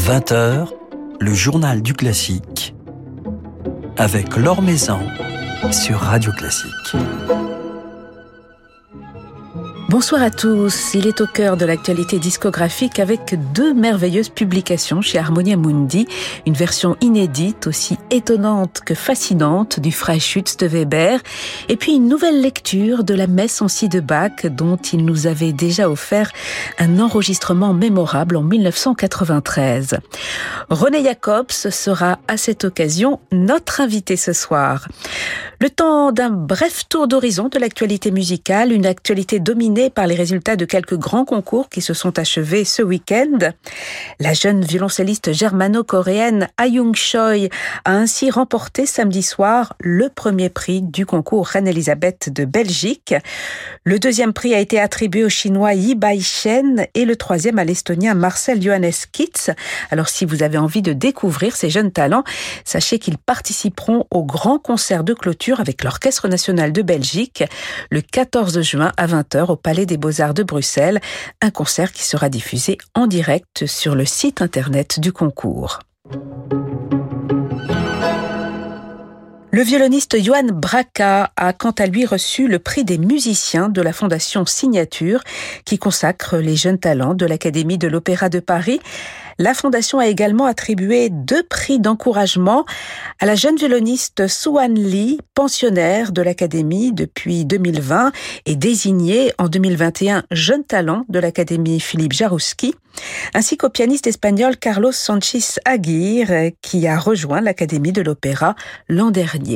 20h, le journal du classique avec Laure Maison sur Radio Classique. Bonsoir à tous, il est au cœur de l'actualité discographique avec deux merveilleuses publications chez Harmonia Mundi, une version inédite aussi étonnante que fascinante du Freischütz de Weber, et puis une nouvelle lecture de la messe en si de Bach dont il nous avait déjà offert un enregistrement mémorable en 1993. René Jacobs sera à cette occasion notre invité ce soir. Le temps d'un bref tour d'horizon de l'actualité musicale, une actualité dominée par les résultats de quelques grands concours qui se sont achevés ce week-end. La jeune violoncelliste germano-coréenne Ah Young-choi a ainsi remporté samedi soir le premier prix du concours Reine-Elisabeth de Belgique. Le deuxième prix a été attribué au chinois Yi Bai-shen et le troisième à l'estonien Marcel Johannes Kitz. Alors si vous avez envie de découvrir ces jeunes talents, sachez qu'ils participeront au grand concert de clôture avec l'Orchestre national de Belgique le 14 juin à 20h au Palais des Beaux-Arts de Bruxelles, un concert qui sera diffusé en direct sur le site internet du concours. Le violoniste Johann Bracka a quant à lui reçu le prix des musiciens de la Fondation Signature qui consacre les jeunes talents de l'Académie de l'Opéra de Paris. La Fondation a également attribué 2 prix d'encouragement à la jeune violoniste Soo-Han Lee, pensionnaire de l'Académie depuis 2020 et désignée en 2021 jeune talent de l'Académie Philippe Jarouski, ainsi qu'au pianiste espagnol Carlos Sánchez Aguirre qui a rejoint l'Académie de l'Opéra l'an dernier.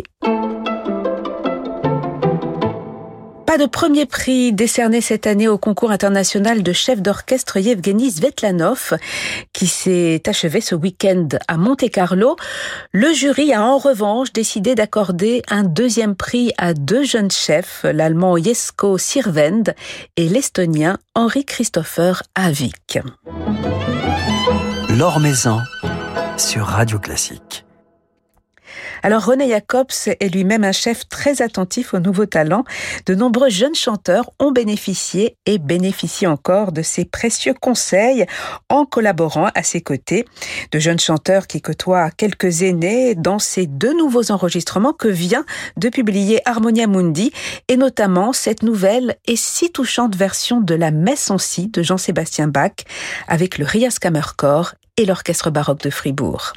Pas de premier prix décerné cette année au concours international de chef d'orchestre Yevgeny Svetlanov qui s'est achevé ce week-end à Monte-Carlo. Le jury a en revanche décidé d'accorder un deuxième prix à 2 jeunes chefs, l'allemand Jesko Sirvend et l'estonien Henri Christopher Havik. Laure Maison sur Radio Classique. Alors René Jacobs est lui-même un chef très attentif aux nouveaux talents. De nombreux jeunes chanteurs ont bénéficié et bénéficient encore de ses précieux conseils en collaborant à ses côtés. De jeunes chanteurs qui côtoient quelques aînés dans ces 2 nouveaux enregistrements que vient de publier Harmonia Mundi et notamment cette nouvelle et si touchante version de la Messe en si de Jean-Sébastien Bach avec le Rias Kammerchor et l'Orchestre baroque de Fribourg.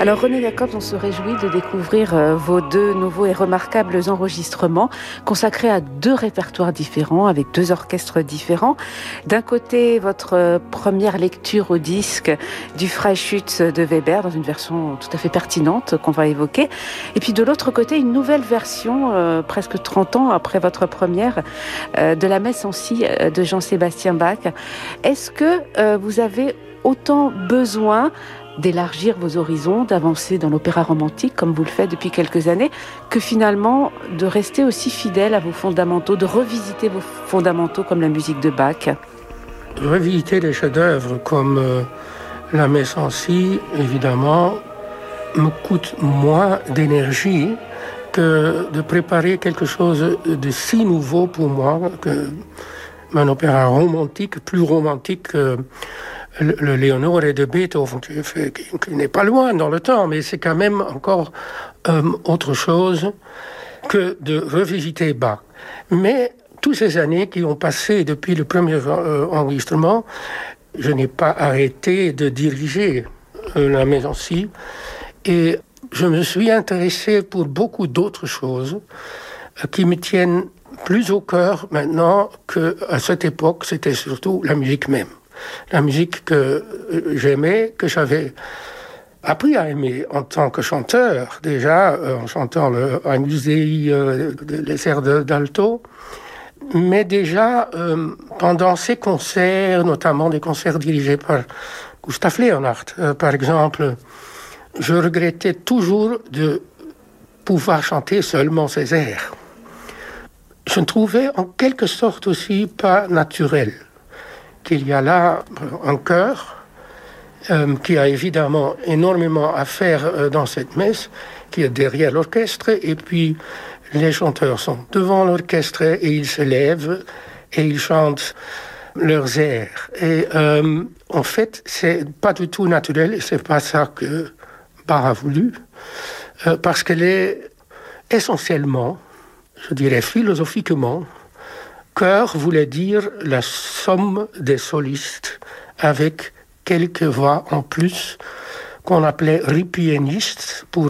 Alors René Jacobs, on se réjouit de découvrir vos deux nouveaux et remarquables enregistrements consacrés à deux répertoires différents, avec deux orchestres différents. D'un côté, votre première lecture au disque du Freischütz de Weber, dans une version tout à fait pertinente qu'on va évoquer. Et puis de l'autre côté, une nouvelle version, presque 30 ans après votre première, de la Messe en si de Jean-Sébastien Bach. Est-ce que vous avez autant besoin d'élargir vos horizons, d'avancer dans l'opéra romantique, comme vous le faites depuis quelques années, que finalement de rester aussi fidèle à vos fondamentaux, de revisiter vos fondamentaux comme la musique de Bach? Revisiter des chefs-d'œuvre comme la Messe en si, évidemment, me coûte moins d'énergie que de préparer quelque chose de si nouveau pour moi, qu'un opéra romantique, plus romantique que le Léonore de Beethoven, qui n'est pas loin dans le temps, mais c'est quand même encore autre chose que de revisiter Bach. Mais toutes ces années qui ont passé depuis le premier enregistrement, je n'ai pas arrêté de diriger la Messe en si, et je me suis intéressé pour beaucoup d'autres choses qui me tiennent plus au cœur maintenant qu'à cette époque, c'était surtout la musique même. La musique que j'aimais, que j'avais appris à aimer en tant que chanteur, déjà en chantant le Agnus Dei, les airs d'alto, mais déjà pendant ces concerts, notamment des concerts dirigés par Gustav Leonhardt, par exemple, je regrettais toujours de pouvoir chanter seulement ces airs. Je me trouvais en quelque sorte aussi pas naturel. Qu'il y a là un chœur qui a évidemment énormément à faire dans cette messe, qui est derrière l'orchestre, et puis les chanteurs sont devant l'orchestre et ils se lèvent et ils chantent leurs airs. Et en fait, c'est pas du tout naturel, et c'est pas ça que Bach a voulu, parce qu'elle est essentiellement, je dirais philosophiquement, chœur voulait dire la somme des solistes avec quelques voix en plus qu'on appelait ripiénistes pour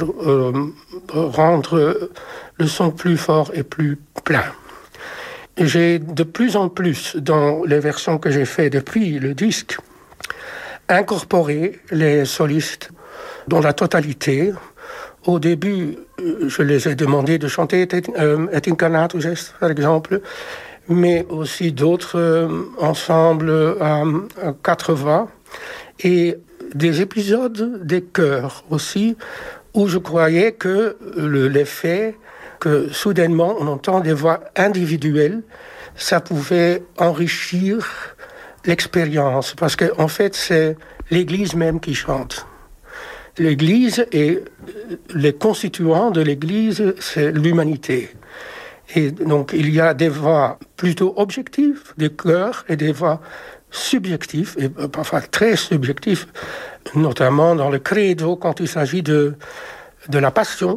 rendre le son plus fort et plus plein. J'ai de plus en plus, dans les versions que j'ai faites depuis le disque, incorporé les solistes dans la totalité. Au début, je les ai demandé de chanter Et Incarnatus Est, par exemple, mais aussi d'autres ensembles à 4 voix, et des épisodes des chœurs aussi, où je croyais que l'effet que soudainement on entend des voix individuelles, ça pouvait enrichir l'expérience, parce qu'en fait c'est l'Église même qui chante. L'Église et les constituants de l'Église, c'est l'humanité. Et donc, il y a des voix plutôt objectives, des chœurs, et des voix subjectives, et parfois très subjectives, notamment dans le credo, quand il s'agit de la passion,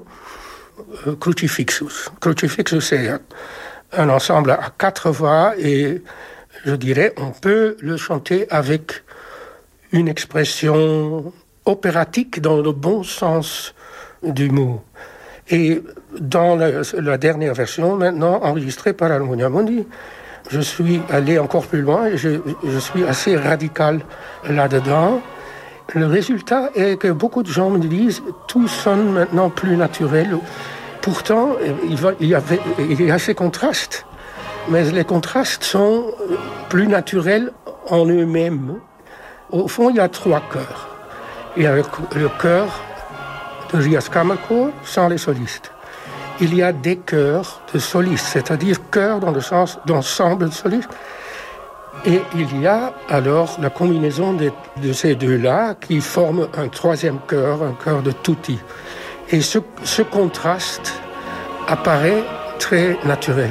Crucifixus. Crucifixus, c'est un ensemble à 4 voix, et je dirais, on peut le chanter avec une expression opératique dans le bon sens du mot. Et dans la dernière version, maintenant enregistrée par Harmonia Mundi, je suis allé encore plus loin et je suis assez radical là-dedans. Le résultat est que beaucoup de gens me disent tout sonne maintenant plus naturel. Pourtant, il y a ces contrastes, mais les contrastes sont plus naturels en eux-mêmes. Au fond, il y a 3 chœurs. Il y a le chœur de Rias Kammerchor sans les solistes. Il y a des chœurs de solistes, c'est-à-dire chœurs dans le sens d'ensemble de solistes. Et il y a alors la combinaison de ces deux-là qui forment un 3e chœur, un chœur de tutti. Et ce contraste apparaît très naturel.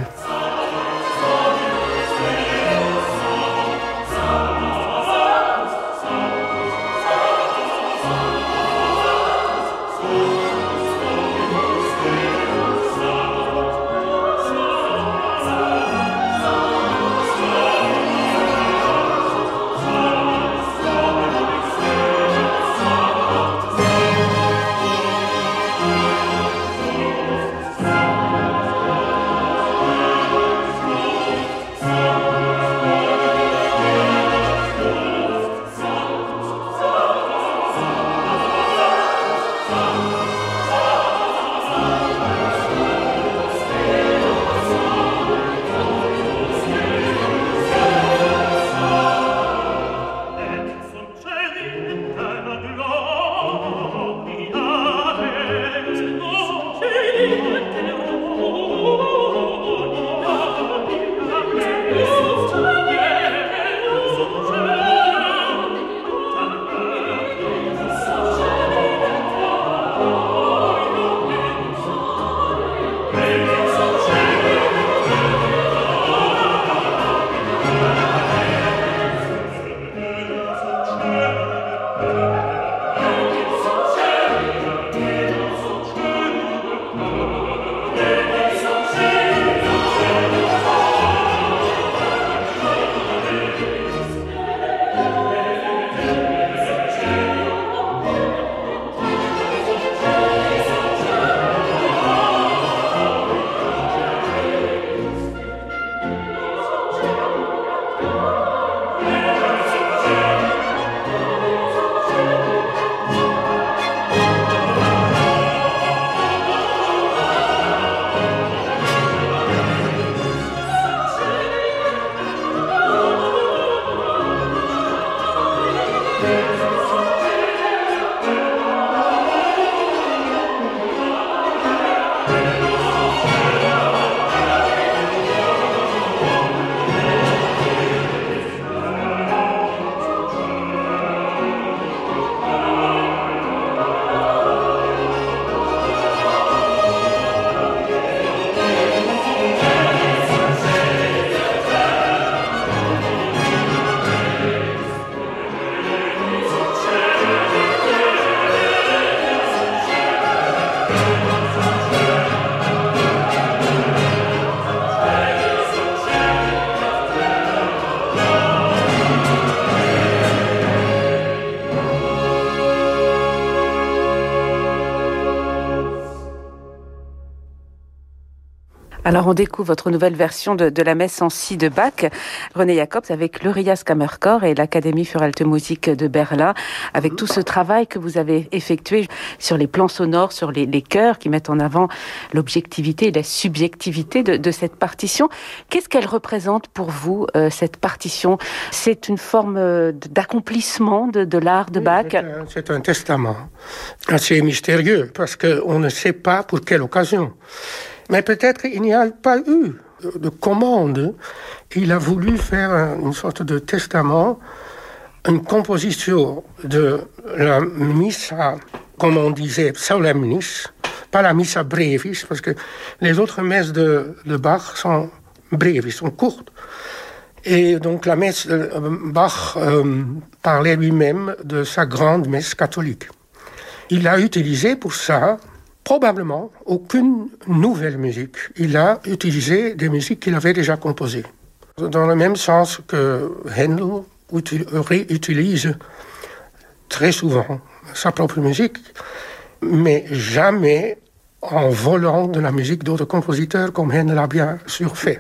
Alors on découvre votre nouvelle version de la messe en si de Bach, René Jacobs, avec le Rias Kammerchor et l'Académie für Alte Musik de Berlin, avec tout ce travail que vous avez effectué sur les plans sonores, sur les chœurs qui mettent en avant l'objectivité et la subjectivité de cette partition. Qu'est-ce qu'elle représente pour vous, cette partition? C'est une forme d'accomplissement de l'art de Bach? C'est un testament assez mystérieux, parce qu'on ne sait pas pour quelle occasion. Mais peut-être il n'y a pas eu de commande. Il a voulu faire une sorte de testament, une composition de la missa, comme on disait, solemnis, pas la missa brevis, parce que les autres messes de Bach sont brevis, sont courtes. Et donc la messe de Bach parlait lui-même de sa grande messe catholique. Il a utilisé pour ça probablement aucune nouvelle musique. Il a utilisé des musiques qu'il avait déjà composées. Dans le même sens que Handel réutilise très souvent sa propre musique, mais jamais en volant de la musique d'autres compositeurs comme Handel a bien sûr fait.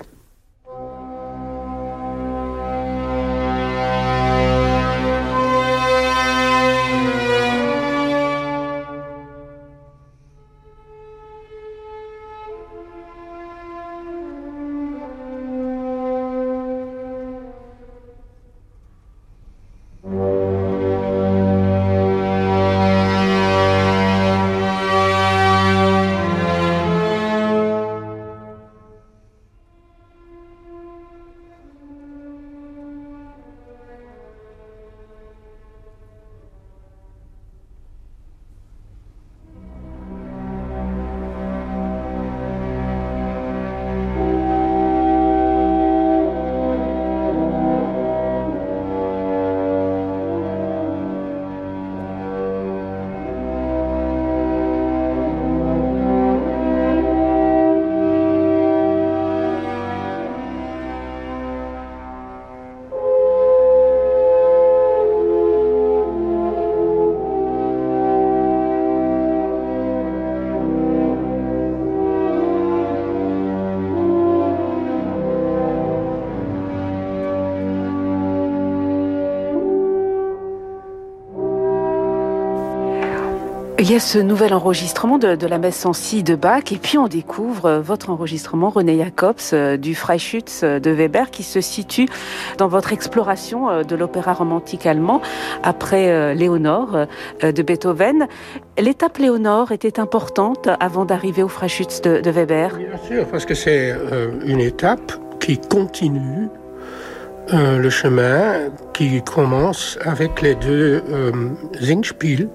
Il y a ce nouvel enregistrement de la messe en si de Bach, et puis on découvre votre enregistrement, René Jacobs, du Freischütz de Weber, qui se situe dans votre exploration de l'opéra romantique allemand après Léonore de Beethoven. L'étape Léonore était importante avant d'arriver au Freischütz de Weber? Bien sûr, parce que c'est une étape qui continue le chemin qui commence avec les deux Singspiel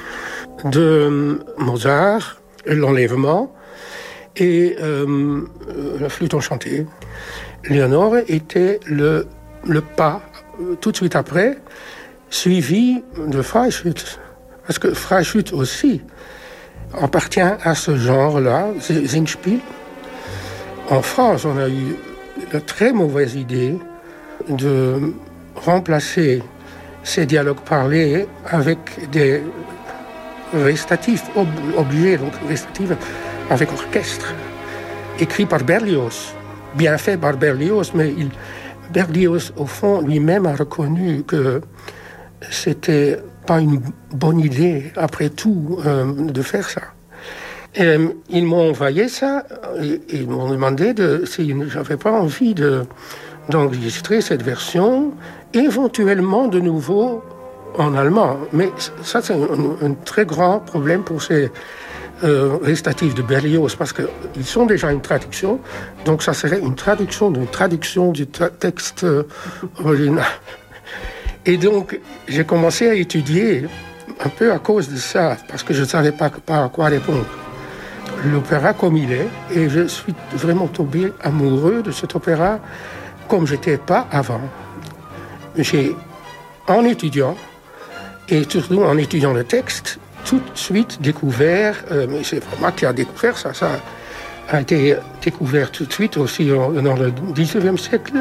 de Mozart, l'enlèvement et la flûte enchantée. Léonore était le pas tout de suite après, suivi de Freischütz. Parce que Freischütz aussi appartient à ce genre-là, Singspiel. En France, on a eu la très mauvaise idée de remplacer ces dialogues parlés avec des récitatif obligé, donc récitatif avec orchestre, écrit par Berlioz, bien fait par Berlioz, mais Berlioz, au fond, lui-même a reconnu que c'était pas une bonne idée, après tout, de faire ça. Et, ils m'ont envoyé ça, et ils m'ont demandé si j'avais pas envie d'enregistrer cette version, éventuellement de nouveau en allemand. Mais ça, c'est un très grand problème pour ces récitatifs de Berlioz, parce qu'ils sont déjà une traduction, donc ça serait une traduction d'une traduction du texte original. Et donc, j'ai commencé à étudier un peu à cause de ça, parce que je ne savais pas à quoi répondre. L'opéra comme il est, et je suis vraiment tombé amoureux de cet opéra comme je n'étais pas avant. J'ai, en étudiant, et surtout en étudiant le texte, tout de suite découvert, mais c'est moi qui a découvert ça, ça a été découvert tout de suite aussi dans le XIXe siècle,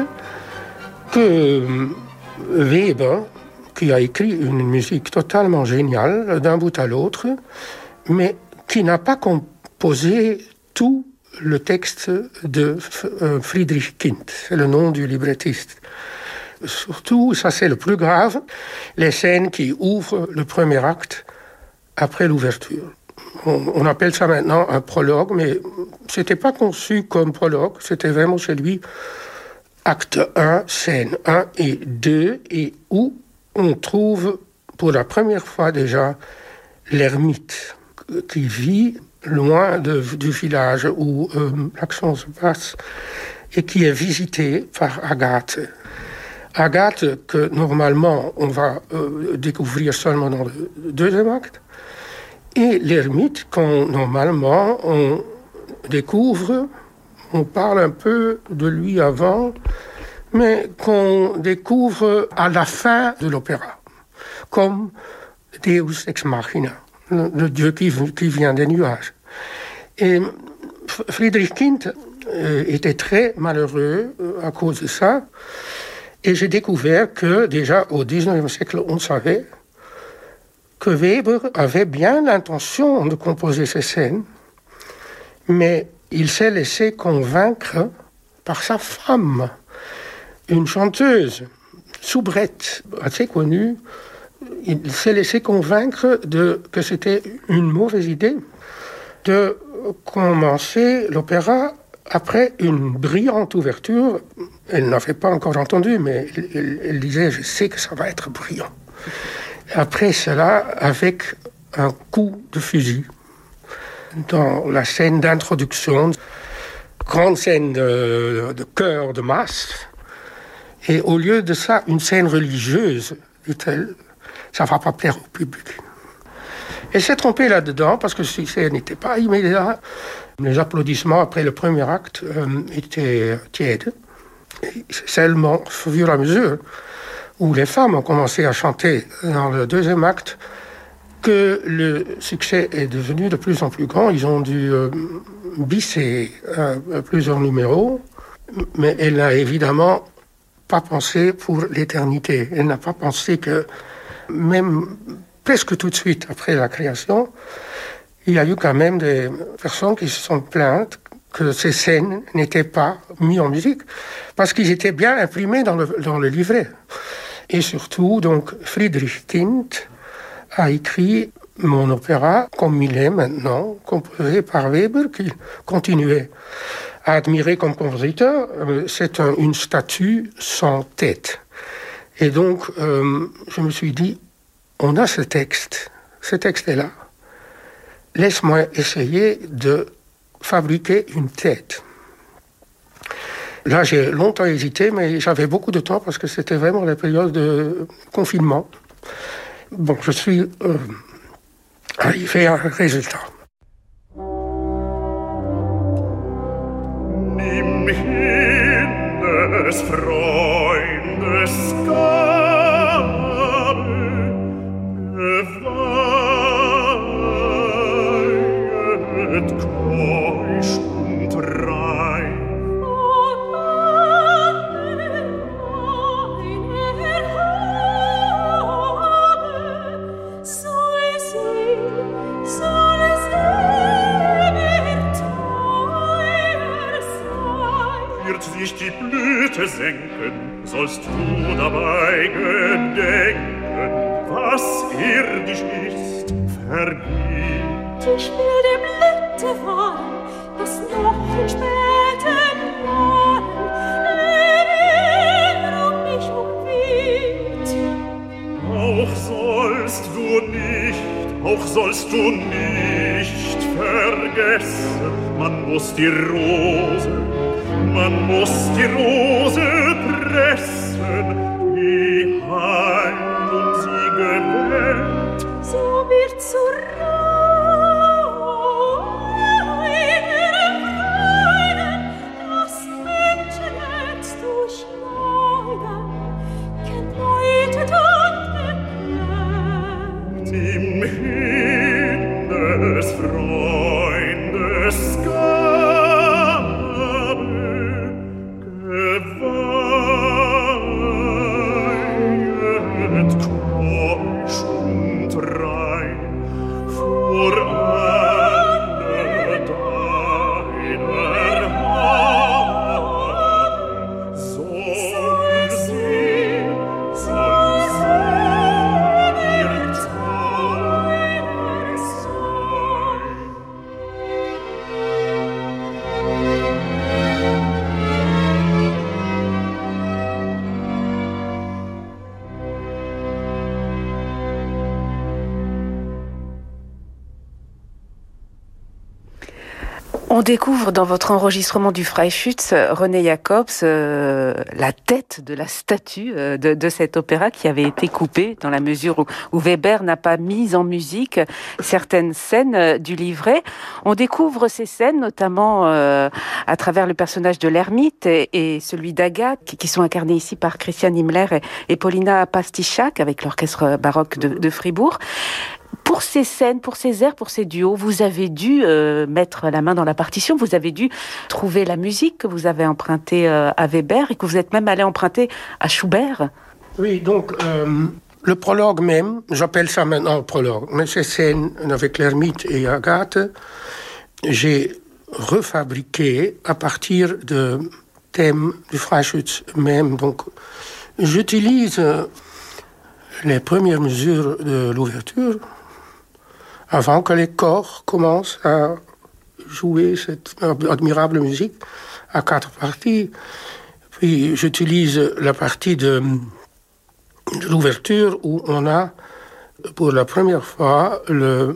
que Weber, qui a écrit une musique totalement géniale d'un bout à l'autre, mais qui n'a pas composé tous le texte de Friedrich Kind, c'est le nom du librettiste. Surtout, ça c'est le plus grave, les scènes qui ouvrent le premier acte après l'ouverture. On appelle ça maintenant un prologue, mais c'était pas conçu comme prologue, c'était vraiment chez lui acte 1, scène 1 et 2, et où on trouve pour la première fois déjà l'ermite qui vit loin du village où l'action se passe et qui est visité par Agathe. Agathe que normalement on va découvrir seulement dans le deuxième acte, et l'ermite qu'on normalement on découvre, on parle un peu de lui avant, mais qu'on découvre à la fin de l'opéra, comme Deus ex machina, le Dieu qui vient des nuages. Et Friedrich Kind était très malheureux à cause de ça, et j'ai découvert que déjà au XIXe siècle, on savait que Weber avait bien l'intention de composer ces scènes, mais il s'est laissé convaincre par sa femme, une chanteuse, soubrette, assez connue. Il s'est laissé convaincre que c'était une mauvaise idée de commencer l'opéra après une brillante ouverture. Elle n'avait pas encore entendu, mais elle disait « Je sais que ça va être brillant ». Après cela, avec un coup de fusil dans la scène d'introduction, grande scène de chœur de masse, et au lieu de ça, une scène religieuse, dit-elle, ça ne va pas plaire au public. Elle s'est trompée là-dedans parce que ce n'était pas immédiat. Les applaudissements après le premier acte étaient tièdes. Et c'est seulement au fur et à mesure où les femmes ont commencé à chanter dans le deuxième acte que le succès est devenu de plus en plus grand. Ils ont dû bisser plusieurs numéros, mais elle n'a évidemment pas pensé pour l'éternité. Elle n'a pas pensé que même presque tout de suite après la création, il y a eu quand même des personnes qui se sont plaintes que ces scènes n'étaient pas mises en musique parce qu'ils étaient bien imprimés dans le livret. Et surtout, donc, Friedrich Kind a écrit mon opéra comme il est maintenant, composé par Weber, qu'il continuait à admirer comme compositeur. C'est une statue sans tête. Et donc, je me suis dit, on a ce texte est là. Laisse-moi essayer de fabriquer une tête. Là, j'ai longtemps hésité, mais j'avais beaucoup de temps parce que c'était vraiment la période de confinement. Bon, je suis arrivé à un résultat. Nimm hin des Freundes Gabe, geweihet, keusch und rein. Sich die Blüte senken, sollst du dabei gedenken, was irdisch ist, vergeht. Ich will dem Blüte fahren, das noch in späten Jahren Erinnerung mich umweht. Auch sollst du nicht vergessen, man muss die Rose pressen, die heilt und sie gewählt. So wird zur reinen Freuden das Menschenherz durchschneiden, geläutet und geklärt. Nimm hin des Freundes Gabe, geweihet, découvre dans votre enregistrement du Freischütz, René Jacobs, la tête de la statue de cet opéra qui avait été coupée dans la mesure où Weber n'a pas mis en musique certaines scènes du livret. On découvre ces scènes notamment à travers le personnage de l'ermite et celui d'Agathe qui sont incarnés ici par Christian Himmler et Paulina Pastichak avec l'orchestre baroque de Fribourg. Pour ces scènes, pour ces airs, pour ces duos, vous avez dû mettre la main dans la partition, vous avez dû trouver la musique que vous avez empruntée à Weber et que vous êtes même allé emprunter à Schubert. Oui, donc le prologue même, j'appelle ça maintenant le prologue, mais ces scènes avec l'ermite et Agathe, j'ai refabriqué à partir de thèmes du Freischütz même. Donc j'utilise les premières mesures de l'ouverture avant que les corps commencent à jouer cette admirable musique à 4 parties. Puis j'utilise la partie de l'ouverture où on a pour la première fois le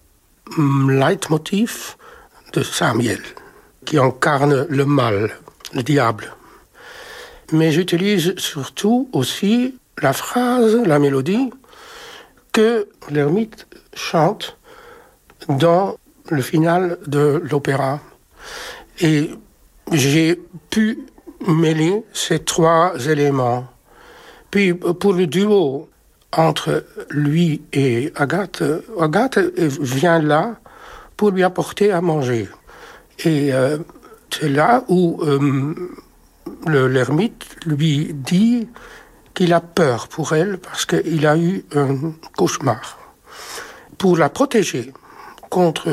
leitmotiv de Samuel qui incarne le mal, le diable. Mais j'utilise surtout aussi la phrase, la mélodie que l'ermite chante dans le final de l'opéra. Et j'ai pu mêler ces 3 éléments. Puis pour le duo entre lui et Agathe, Agathe vient là pour lui apporter à manger. Et c'est là où l'ermite lui dit qu'il a peur pour elle parce qu'il a eu un cauchemar. Pour la protéger contre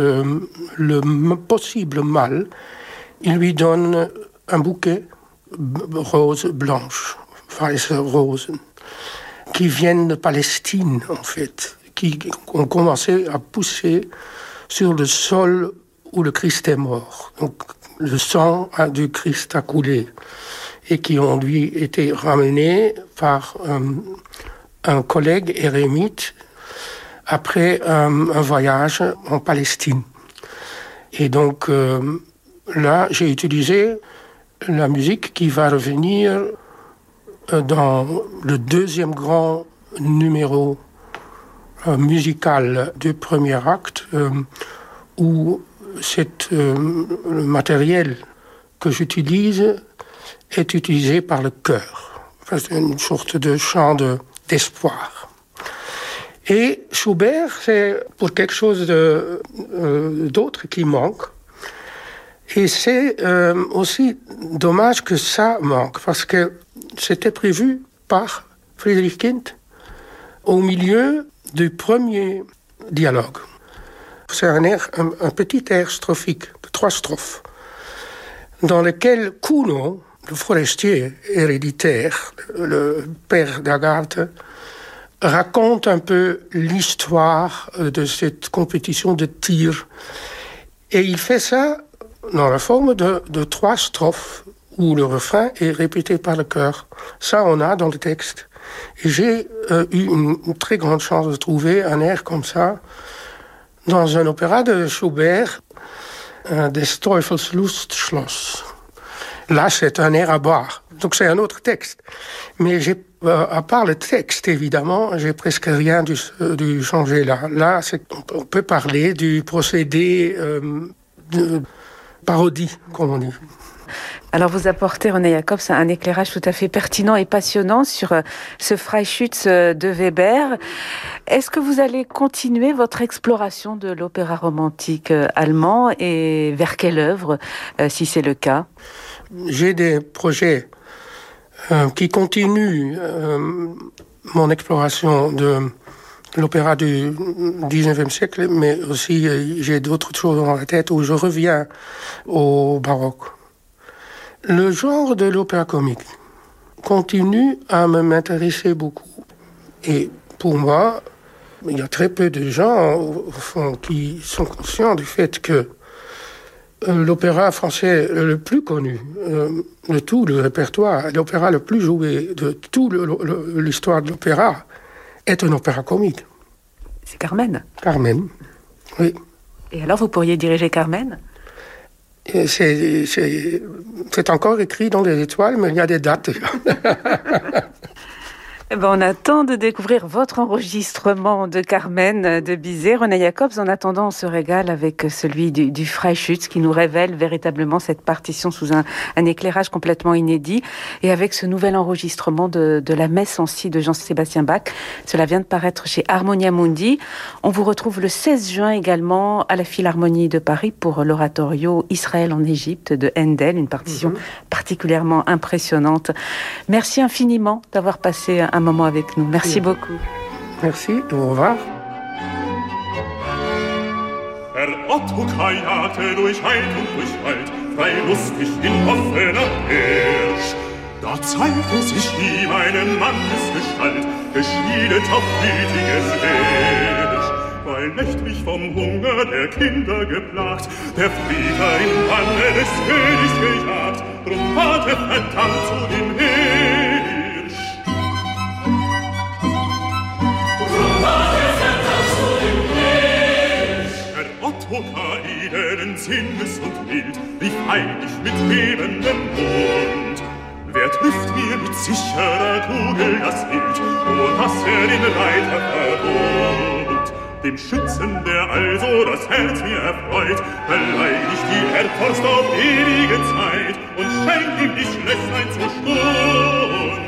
le possible mal, il lui donne un bouquet rose blanche, weiße Rosen, qui viennent de Palestine en fait, qui ont commencé à pousser sur le sol où le Christ est mort. Donc le sang du Christ a coulé et qui ont lui été ramenés par un collègue érémite après un voyage en Palestine. Et donc là, j'ai utilisé la musique qui va revenir dans le 2e grand numéro musical du premier acte, où le matériel que j'utilise est utilisé par le chœur. C'est une sorte de chant d'espoir. Et Schubert, c'est pour quelque chose d'autre qui manque. Et c'est aussi dommage que ça manque, parce que c'était prévu par Friedrich Kind au milieu du premier dialogue. C'est un petit air strophique de 3 strophes, dans lequel Kuno, le forestier héréditaire, le père d'Agathe, raconte un peu l'histoire de cette compétition de tir. Et il fait ça dans la forme de 3 strophes où le refrain est répété par le chœur. Ça, on a dans le texte. Et j'ai eu une très grande chance de trouver un air comme ça dans un opéra de Schubert, Des Teufels Lustschloss. Là, c'est un air à boire. Donc, c'est un autre texte. Mais à part le texte, évidemment, j'ai presque rien dû changer là. Là, on peut parler du procédé de parodie, comme on dit. Alors vous apportez, René Jacobs, un éclairage tout à fait pertinent et passionnant sur ce Freischütz de Weber. Est-ce que vous allez continuer votre exploration de l'opéra romantique allemand et vers quelle œuvre, si c'est le cas ? J'ai des projets qui continuent mon exploration de l'opéra du 19e siècle, mais aussi j'ai d'autres choses dans la tête où je reviens au baroque. Le genre de l'opéra comique continue à m'intéresser beaucoup. Et pour moi, il y a très peu de gens, au fond, qui sont conscients du fait que l'opéra français le plus connu de tout le répertoire, l'opéra le plus joué de toute l'histoire de l'opéra, est un opéra comique. C'est Carmen. Carmen, oui. Et alors, vous pourriez diriger Carmen ? Et c'est encore écrit dans les étoiles, mais il y a des dates. Eh ben, on attend de découvrir votre enregistrement de Carmen de Bizet. René Jacobs, en attendant, on se régale avec celui du Freischütz qui nous révèle véritablement cette partition sous un éclairage complètement inédit. Et avec ce nouvel enregistrement de la messe en si de Jean-Sébastien Bach, cela vient de paraître chez Harmonia Mundi. On vous retrouve le 16 juin également à la Philharmonie de Paris pour l'oratorio Israël en Égypte de Handel, une partition particulièrement impressionnante. Merci infiniment d'avoir passé un moment avec nous. Merci beaucoup. Merci, au revoir. Ottokar jagte durch Heid und durch Wald, frei lustig in offener Hirsch. Da zeigte sich ihm eine Mannesgestalt, geschmiedet auf gütigem Hirsch. Weil nächtlich vom Hunger der Kinder geplagt, der Flieger im Banne des Königs gejagt, drum ward verdammt zu dem Hirsch. Ottokar edlen Sinnes und mild, rief eilig mit bebendem Mund. Wer trifft mir mit sicherer Kugel das Bild, o dass den Reiter verwundt? Dem Schützen, der also das Herz mir erfreut, verleih ich die Erdforst auf ewige Zeit und schenk ihm die Schlössein zur Stund.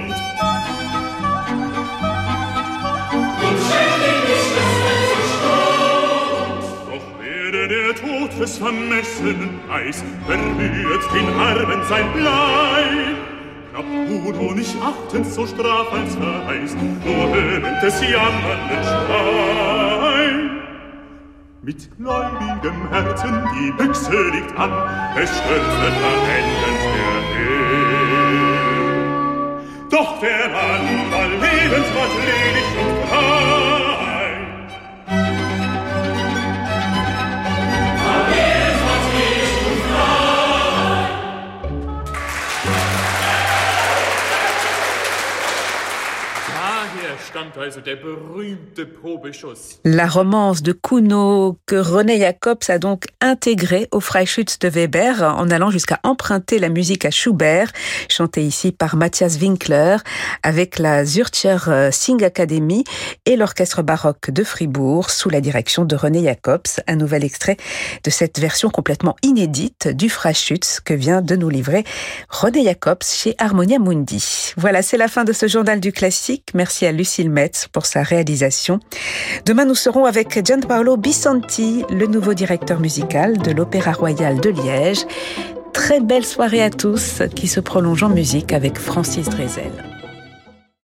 Der Tod des vermessenen Eis berührt den Armen sein Blei. Knapp Uno nicht achtend so straf als verheißt, nur hörend des jammernden Schrei. Mit gläubigem Herzen die Büchse liegt an, es stürzt verendend der Hill. Doch der Mann war lebenswert ledig und frei. Stammt also der berühmte Probeschuss. La romance de Kuno que René Jacobs a donc intégrée au Freischütz de Weber en allant jusqu'à emprunter la musique à Schubert, chantée ici par Matthias Winkler avec la Zürcher Singakademie et l'orchestre baroque de Fribourg sous la direction de René Jacobs. Un nouvel extrait de cette version complètement inédite du Freischütz que vient de nous livrer René Jacobs chez Harmonia Mundi. Voilà, c'est la fin de ce journal du classique. Merci à Lucille Metz pour sa réalisation. Demain, nous serons avec Gianpaolo Bisanti, le nouveau directeur musical de l'Opéra Royal de Liège. Très belle soirée à tous qui se prolonge en musique avec Francis Drezel.